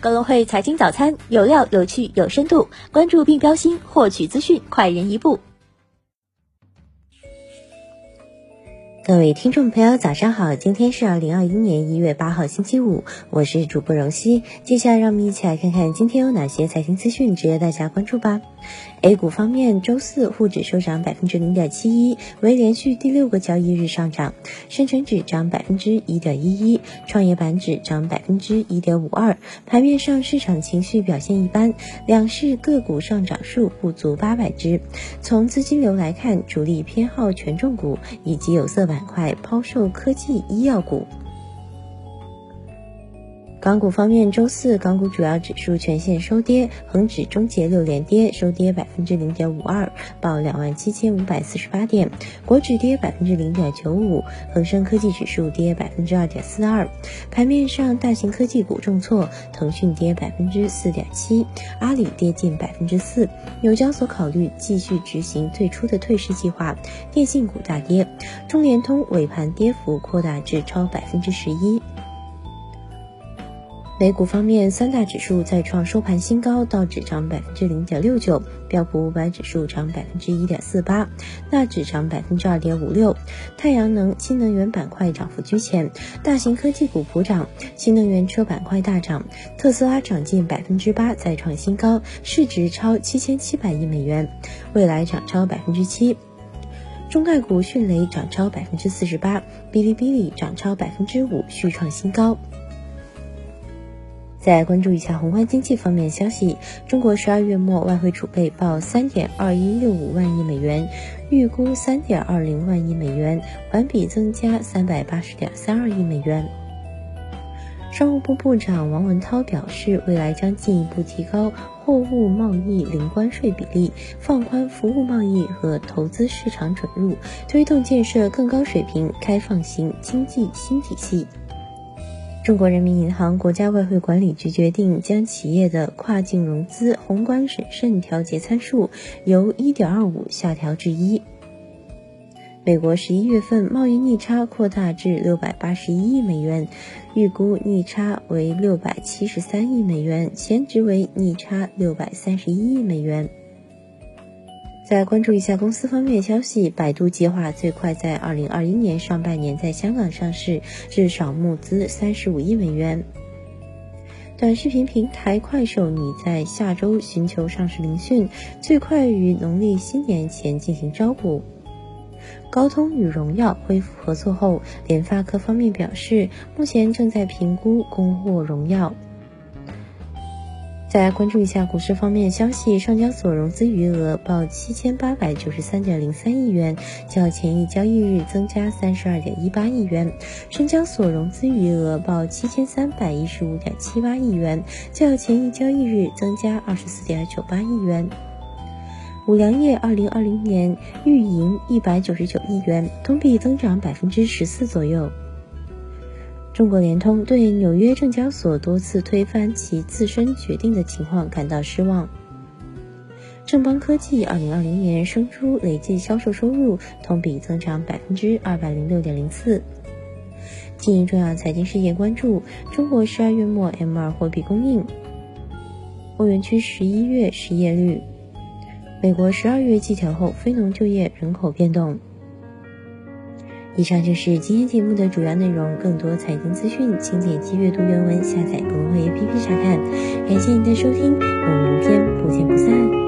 格隆汇财经早餐，有料、有趣、有深度，关注并标新，获取资讯快人一步。 各位听众朋友早上好，今天是2021年1月8号星期五，我是主播柔熙。接下来让我们一起来看看今天有哪些财经资讯值得大家关注吧。A 股方面，周四沪指收涨 0.71%， 为连续第6个交易日上涨，深成指涨 1.11%， 创业板指涨 1.52%。 盘面上市场情绪表现一般，两市个股上涨数不足800只。从资金流来看，主力偏好权重股以及有色板块，抛售科技医药股。港股方面，周四港股主要指数全线收跌，恒指终结6连跌，收跌 0.52%， 报27,548点；国指跌 0.95%， 恒生科技指数跌 2.42%。 盘面上，大型科技股重挫，腾讯跌 4.7%， 阿里跌近 4%。 纽交所考虑继续执行最初的退市计划，电信股大跌，中联通尾盘跌幅扩大至超 11%。美股方面，三大指数再创收盘新高，道指涨 0.69%， 标普500指数涨 1.48%， 纳指涨 2.56%。 太阳能、新能源板块涨幅居前，大型科技股普涨，新能源车板块大涨，特斯拉涨近 8%， 再创新高，市值超7700亿美元，蔚来涨超 7%。中概股迅雷涨超 48%， 哔哩哔哩涨超 5%， 续创新高。再来关注一下宏观经济方面消息，中国12月末外汇储备报 3.2165 万亿美元，预估 3.20 万亿美元，环比增加 380.32 亿美元。商务部部长王文涛表示，未来将进一步提高货物贸易零关税比例，放宽服务贸易和投资市场准入，推动建设更高水平开放型经济新体系。中国人民银行、国家外汇管理局决定将企业的跨境融资宏观审慎调节参数由 1.25 下调至1。美国11月份贸易逆差扩大至681亿美元，预估逆差为673亿美元，前值为逆差631亿美元。再关注一下公司方面消息，百度计划最快在2021年上半年在香港上市，至少募资35亿美元。短视频平台快手拟在下周寻求上市聆讯，最快于农历新年前进行招股。高通与荣耀恢复合作后，联发科方面表示，目前正在评估供货荣耀。再来关注一下股市方面消息，上交所融资余额报 7893.03 亿元，较前一交易日增加 32.18 亿元；深交所融资余额报 7315.78 亿元，较前一交易日增加 24.98 亿元。五粮液2020年预盈199亿元，同比增长 14% 左右。中国联通对纽约证交所多次推翻其自身决定的情况感到失望。正邦科技2020年生猪累计销售收入同比增长 206.04%。经营重要财经事件关注，中国12月末 M2 货币供应，欧元区11月失业率，美国12月季调后非农就业人口变动。以上就是今天节目的主要内容，更多财经资讯请点击阅读原文下载格隆汇 APP 查看。感谢您的收听，我们明天不见不散。